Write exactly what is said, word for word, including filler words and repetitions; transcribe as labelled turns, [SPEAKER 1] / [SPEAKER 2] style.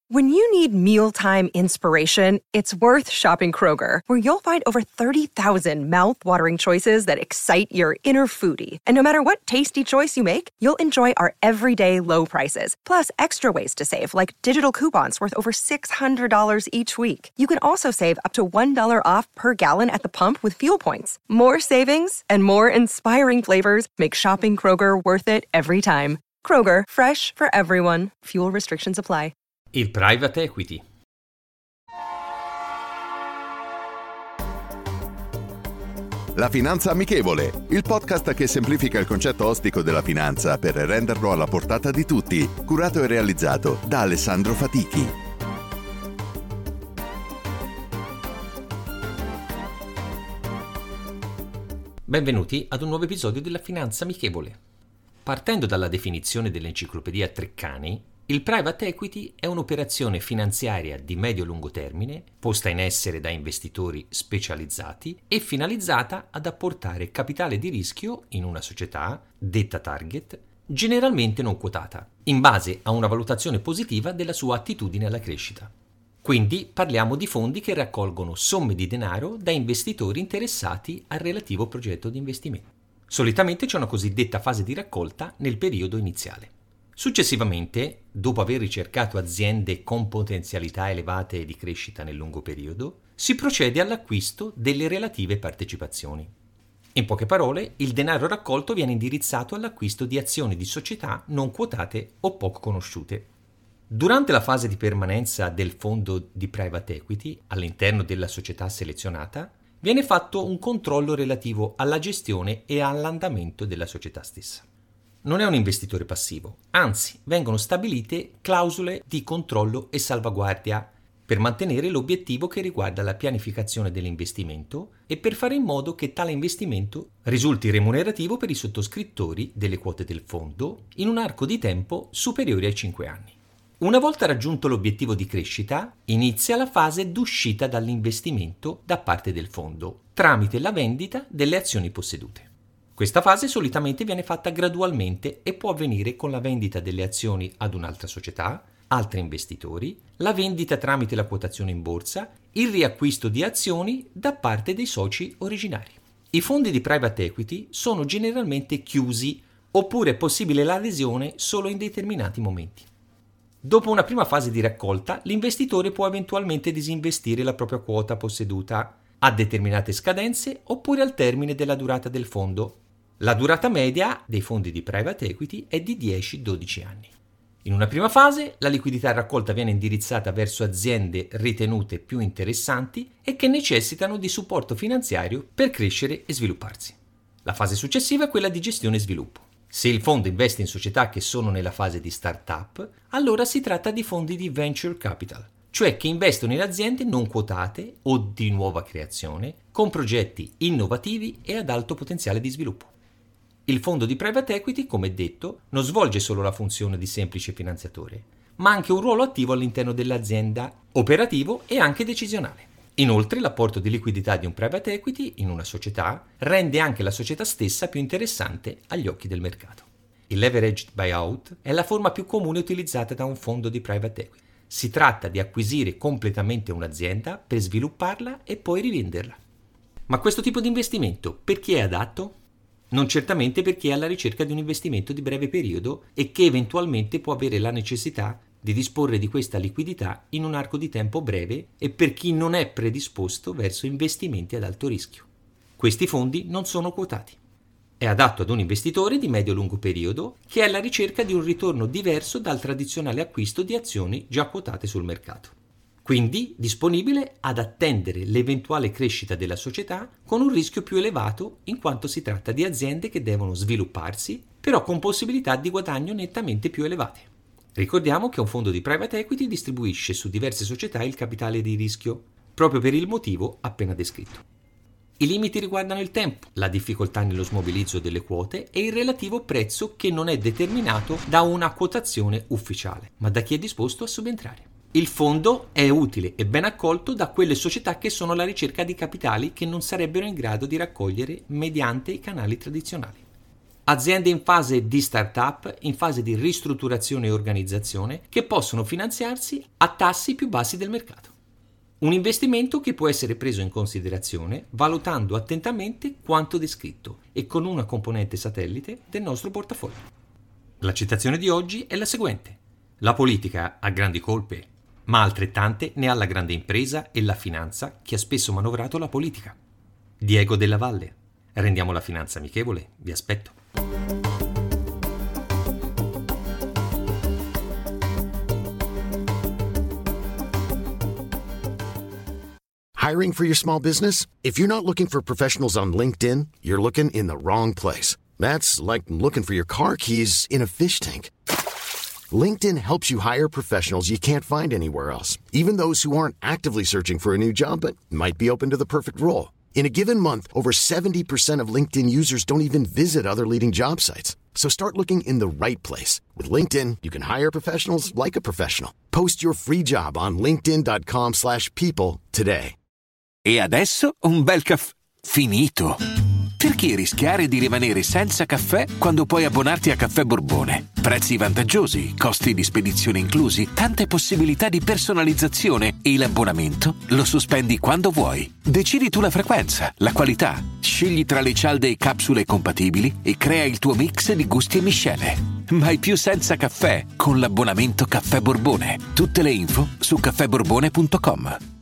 [SPEAKER 1] When you need mealtime inspiration, it's worth shopping Kroger, where you'll find over thirty thousand mouth-watering choices that excite your inner foodie. And no matter what tasty choice you make, you'll enjoy our everyday low prices, plus extra ways to save, like digital coupons worth over six hundred dollars each week. You can also save up to one dollar off per gallon at the pump with fuel points. More savings and more inspiring flavors make shopping Kroger worth it every time. Kroger, fresh for everyone. Fuel restrictions apply.
[SPEAKER 2] Il private equity.
[SPEAKER 3] La Finanza Amichevole, il podcast che semplifica il concetto ostico della finanza per renderlo alla portata di tutti, curato e realizzato da Alessandro Fatichi.
[SPEAKER 2] Benvenuti ad un nuovo episodio della Finanza Amichevole. Partendo dalla definizione dell'enciclopedia Treccani, il private equity è un'operazione finanziaria di medio-lungo termine, posta in essere da investitori specializzati e finalizzata ad apportare capitale di rischio in una società, detta target, generalmente non quotata, in base a una valutazione positiva della sua attitudine alla crescita. Quindi parliamo di fondi che raccolgono somme di denaro da investitori interessati al relativo progetto di investimento. Solitamente c'è una cosiddetta fase di raccolta nel periodo iniziale. Successivamente, dopo aver ricercato aziende con potenzialità elevate di crescita nel lungo periodo, si procede all'acquisto delle relative partecipazioni. In poche parole, il denaro raccolto viene indirizzato all'acquisto di azioni di società non quotate o poco conosciute. Durante la fase di permanenza del fondo di private equity all'interno della società selezionata, viene fatto un controllo relativo alla gestione e all'andamento della società stessa. Non è un investitore passivo, anzi vengono stabilite clausole di controllo e salvaguardia per mantenere l'obiettivo che riguarda la pianificazione dell'investimento e per fare in modo che tale investimento risulti remunerativo per i sottoscrittori delle quote del fondo in un arco di tempo superiore ai cinque anni. Una volta raggiunto l'obiettivo di crescita, inizia la fase d'uscita dall'investimento da parte del fondo, tramite la vendita delle azioni possedute. Questa fase solitamente viene fatta gradualmente e può avvenire con la vendita delle azioni ad un'altra società, altri investitori, la vendita tramite la quotazione in borsa, il riacquisto di azioni da parte dei soci originari. I fondi di private equity sono generalmente chiusi oppure è possibile l'adesione solo in determinati momenti. Dopo una prima fase di raccolta, l'investitore può eventualmente disinvestire la propria quota posseduta a determinate scadenze oppure al termine della durata del fondo. La durata media dei fondi di private equity è di dieci dodici anni. In una prima fase, la liquidità raccolta viene indirizzata verso aziende ritenute più interessanti e che necessitano di supporto finanziario per crescere e svilupparsi. La fase successiva è quella di gestione e sviluppo. Se il fondo investe in società che sono nella fase di start-up, allora si tratta di fondi di venture capital, cioè che investono in aziende non quotate o di nuova creazione, con progetti innovativi e ad alto potenziale di sviluppo. Il fondo di private equity, come detto, non svolge solo la funzione di semplice finanziatore, ma anche un ruolo attivo all'interno dell'azienda, operativo e anche decisionale. Inoltre, l'apporto di liquidità di un private equity in una società rende anche la società stessa più interessante agli occhi del mercato. Il leveraged buyout è la forma più comune utilizzata da un fondo di private equity. Si tratta di acquisire completamente un'azienda per svilupparla e poi rivenderla. Ma questo tipo di investimento per chi è adatto? Non certamente per chi è alla ricerca di un investimento di breve periodo e che eventualmente può avere la necessità di disporre di questa liquidità in un arco di tempo breve e per chi non è predisposto verso investimenti ad alto rischio. Questi fondi non sono quotati. È adatto ad un investitore di medio-lungo periodo che è alla ricerca di un ritorno diverso dal tradizionale acquisto di azioni già quotate sul mercato. Quindi disponibile ad attendere l'eventuale crescita della società con un rischio più elevato in quanto si tratta di aziende che devono svilupparsi, però con possibilità di guadagno nettamente più elevate. Ricordiamo che un fondo di private equity distribuisce su diverse società il capitale di rischio, proprio per il motivo appena descritto. I limiti riguardano il tempo, la difficoltà nello smobilizzo delle quote e il relativo prezzo che non è determinato da una quotazione ufficiale, ma da chi è disposto a subentrare. Il fondo è utile e ben accolto da quelle società che sono alla ricerca di capitali che non sarebbero in grado di raccogliere mediante i canali tradizionali. aziende in fase di start-up, in fase di ristrutturazione e organizzazione, che possono finanziarsi a tassi più bassi del mercato. Un investimento che può essere preso in considerazione valutando attentamente quanto descritto e con una componente satellite del nostro portafoglio. La citazione di oggi è la seguente: la politica ha grandi colpe, ma altrettante ne ha la grande impresa e la finanza che ha spesso manovrato la politica. Diego Della Valle. Rendiamo la finanza amichevole, vi aspetto.
[SPEAKER 4] Hiring for your small business? If you're not looking for professionals on LinkedIn, you're looking in the wrong place. That's like looking for your car keys in a fish tank. LinkedIn helps you hire professionals you can't find anywhere else, even those who aren't actively searching for a new job but might be open to the perfect role. In a given month, over seventy percent of LinkedIn users don't even visit other leading job sites. So start looking in the right place. With LinkedIn, you can hire professionals like a professional. Post your free job on linkedin dot com slash people today.
[SPEAKER 5] E adesso un bel caffè finito. Perché rischiare di rimanere senza caffè quando puoi abbonarti a Caffè Borbone? Prezzi vantaggiosi, costi di spedizione inclusi, tante possibilità di personalizzazione e l'abbonamento lo sospendi quando vuoi. Decidi tu la frequenza, la qualità, scegli tra le cialde e capsule compatibili e crea il tuo mix di gusti e miscele. Mai più senza caffè con l'abbonamento Caffè Borbone. Tutte le info su caffè borbone punto com.